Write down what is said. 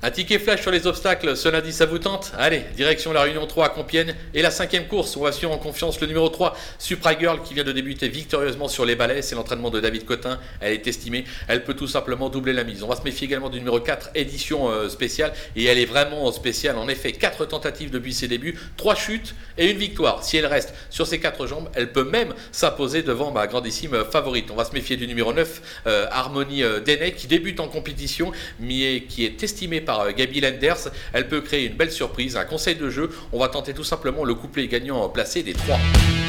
Un ticket flash sur les obstacles, ce lundi ça vous tente? Allez, direction la Réunion 3 à Compiègne. Et la 5e course, on va suivre en confiance le numéro 3, Supra Girl, qui vient de débuter victorieusement sur les balais. C'est l'entraînement de David Cotin, elle est estimée, elle peut tout simplement doubler la mise. On va se méfier également du numéro 4, édition spéciale. Et elle est vraiment spéciale, en effet, 4 tentatives depuis ses débuts, 3 chutes et une victoire. Si elle reste sur ses 4 jambes, elle peut même s'imposer devant ma grandissime favorite. On va se méfier du numéro 9, Harmonie Deney, qui débute en compétition, mais qui est estimée par Gaby Lenders. Elle peut créer une belle surprise. Un conseil de jeu, on va tenter tout simplement le couplet gagnant placé des 3.